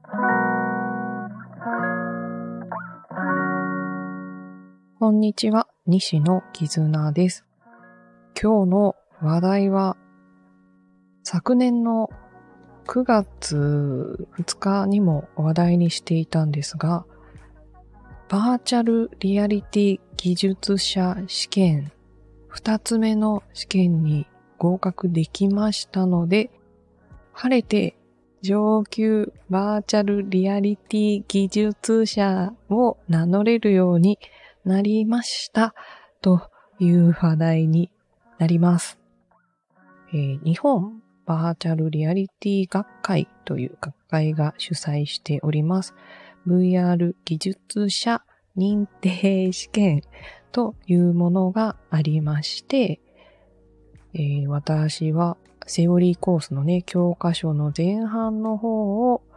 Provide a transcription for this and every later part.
こんにちは、西野絆です。今日の話題は、昨年の9月2日にも話題にしていたんですが、バーチャルリアリティ技術者試験2つ目の試験に合格できましたので、晴れて上級バーチャルリアリティ技術者を名乗れるようになりましたという話題になります。日本バーチャルリアリティ学会という学会が主催しております。VR 技術者認定試験というものがありまして、私はセオリーコースのね、教科書の前半の方を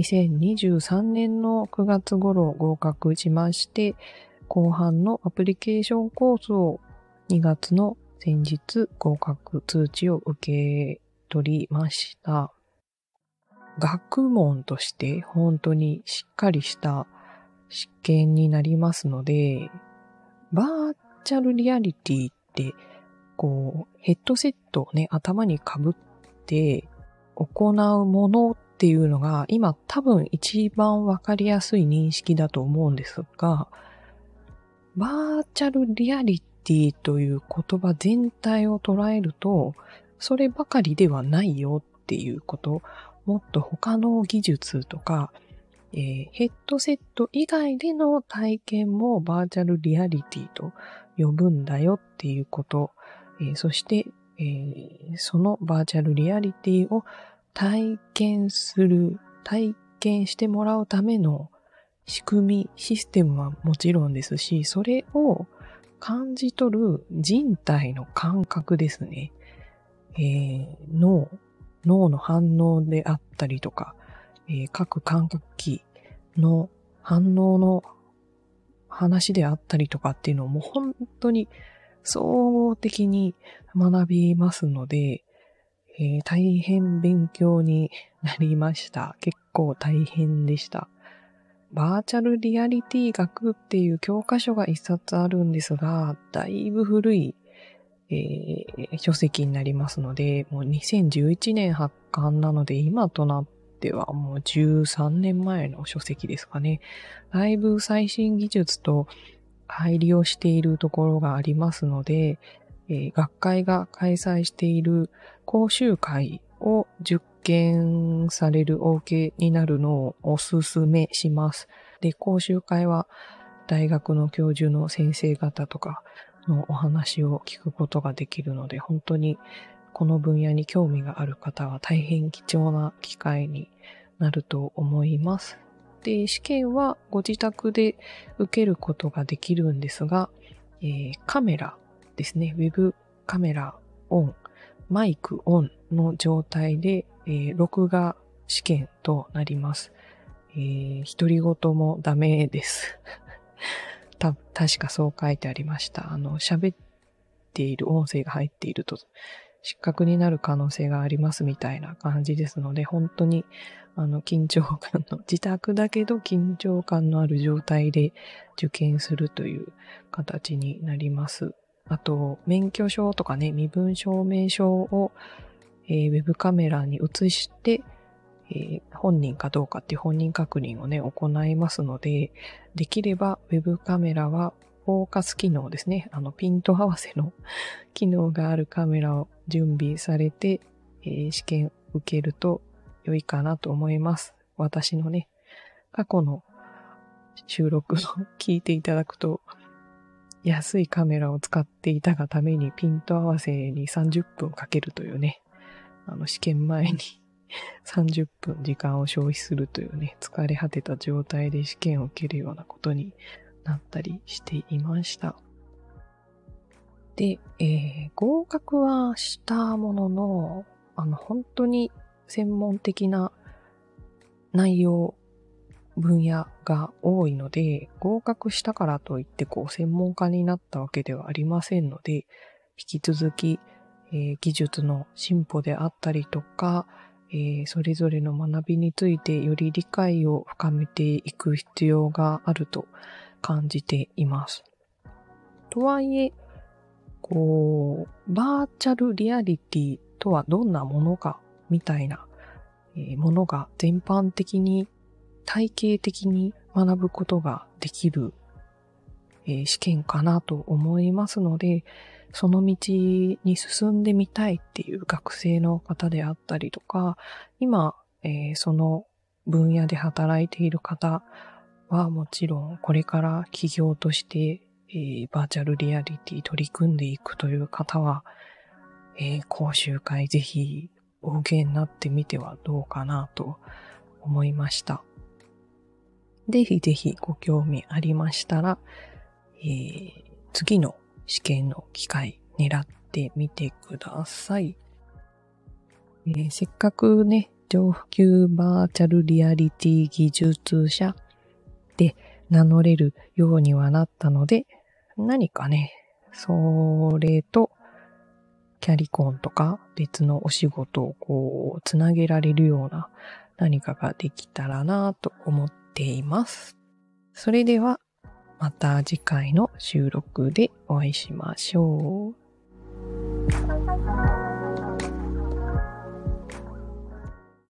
2023年の9月頃合格しまして、後半のアプリケーションコースを2月の先日合格通知を受け取りました。学問として本当にしっかりした試験になりますので、バーチャルリアリティってヘッドセットをね、頭に被って行うものっていうのが今多分一番わかりやすい認識だと思うんですが、バーチャルリアリティという言葉全体を捉えると、そればかりではないよっていうこと、もっと他の技術とか、ヘッドセット以外での体験もバーチャルリアリティと呼ぶんだよっていうこと、そして、そのバーチャルリアリティを体験してもらうための仕組み、システムはもちろんですし、それを感じ取る人体の感覚ですね。脳の反応であったりとか、各感覚器の反応の話であったりとかっていうのをもう本当に総合的に学びますので、大変勉強になりました。結構大変でした。バーチャルリアリティ学っていう教科書が一冊あるんですが、だいぶ古い、書籍になりますので、もう2011年発刊なので、今となってはもう13年前の書籍ですかね。だいぶ最新技術と配慮をしているところがありますので、学会が開催している講習会を受験されるお受けになるのをお勧めします。で、講習会は大学の教授の先生方とかのお話を聞くことができるので、本当にこの分野に興味がある方は大変貴重な機会になると思います。で、試験はご自宅で受けることができるんですが、カメラですね、ウェブカメラオン、マイクオンの状態で、録画試験となります。独り言もダメです。確かそう書いてありました。喋っている音声が入っていると失格になる可能性がありますみたいな感じですので、本当に緊張感の、自宅だけど緊張感のある状態で受験するという形になります。あと、免許証とかね、身分証明書を、ウェブカメラに映して、本人かどうかっていう本人確認をね、行いますので、できればウェブカメラはフォーカス機能ですね。ピント合わせの機能があるカメラを準備されて、試験受けると良いかなと思います。私のね、過去の収録を聞いていただくと、安いカメラを使っていたがためにピント合わせに30分かけるというね、試験前に30分時間を消費するというね、疲れ果てた状態で試験を受けるようなことになったりしていました。で、合格はしたものの、本当に専門的な内容、分野が多いので、合格したからといって専門家になったわけではありませんので、引き続き、技術の進歩であったりとか、 それぞれの学びについてより理解を深めていく必要があると感じています。とはいえ、バーチャルリアリティとはどんなものかみたいな、ものが全般的に体系的に学ぶことができる、試験かなと思いますので、その道に進んでみたいっていう学生の方であったりとか、今、その分野で働いている方はもちろんこれから企業として、バーチャルリアリティ取り組んでいくという方は、講習会ぜひお受けになってみてはどうかなと思いました。ぜひぜひご興味ありましたら、次の試験の機会狙ってみてください。せっかくね、上級バーチャルリアリティ技術者で名乗れるようにはなったので、何かね、それとキャリコンとか別のお仕事をつなげられるような何かができたらなと思っています。それではまた次回の収録でお会いしましょう。